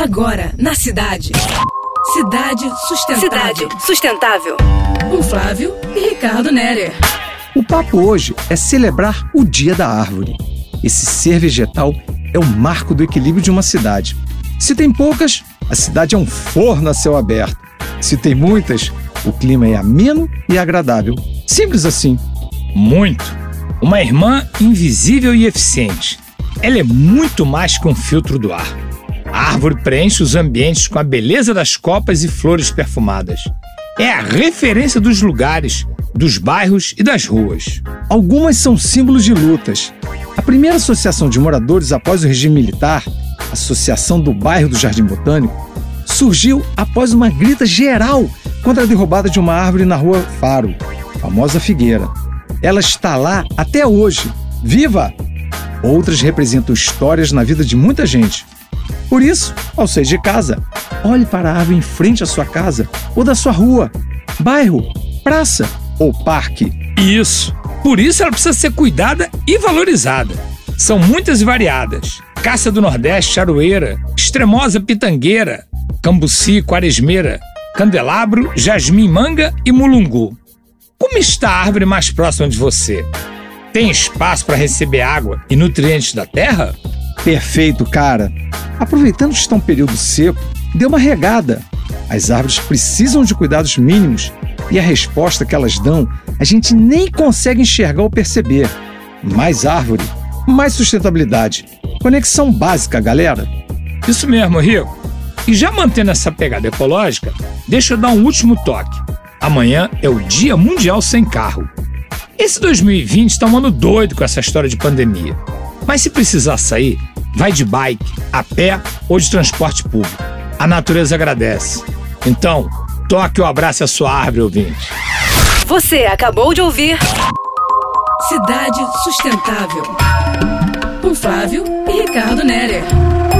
Agora, na cidade. Cidade Sustentável. Cidade Sustentável. Com Flávio e Ricardo Nerer. O papo hoje é celebrar o Dia da Árvore. Esse ser vegetal é o marco do equilíbrio de uma cidade. Se tem poucas, a cidade é um forno a céu aberto. Se tem muitas, o clima é ameno e agradável. Simples assim. Muito. Uma irmã invisível e eficiente. Ela é muito mais que um filtro do ar. A árvore preenche os ambientes com a beleza das copas e flores perfumadas. É a referência dos lugares, dos bairros e das ruas. Algumas são símbolos de lutas. A primeira associação de moradores após o regime militar, a Associação do Bairro do Jardim Botânico, surgiu após uma grita geral contra a derrubada de uma árvore na Rua Faro, a famosa Figueira. Ela está lá até hoje, viva! Outras representam histórias na vida de muita gente. Por isso, ao sair de casa, olhe para a árvore em frente à sua casa ou da sua rua, bairro, praça ou parque. Isso. Por isso ela precisa ser cuidada e valorizada. São muitas e variadas. Cássia do Nordeste, Aroeira, Extremosa Pitangueira, Cambuci, Quaresmeira, Candelabro, Jasmim Manga e Mulungu. Como está a árvore mais próxima de você? Tem espaço para receber água e nutrientes da terra? Perfeito, cara! Aproveitando que está um período seco, dê uma regada. As árvores precisam de cuidados mínimos e a resposta que elas dão a gente nem consegue enxergar ou perceber. Mais árvore, mais sustentabilidade. Conexão básica, galera. Isso mesmo, Rico. E já mantendo essa pegada ecológica, deixa eu dar um último toque. Amanhã é o Dia Mundial Sem Carro. Esse 2020 está um ano doido com essa história de pandemia. Mas se precisar sair, vai de bike, a pé ou de transporte público. A natureza agradece. Então, toque ou abrace a sua árvore, ouvinte. Você acabou de ouvir Cidade Sustentável. Com Flávio e Ricardo Nerer.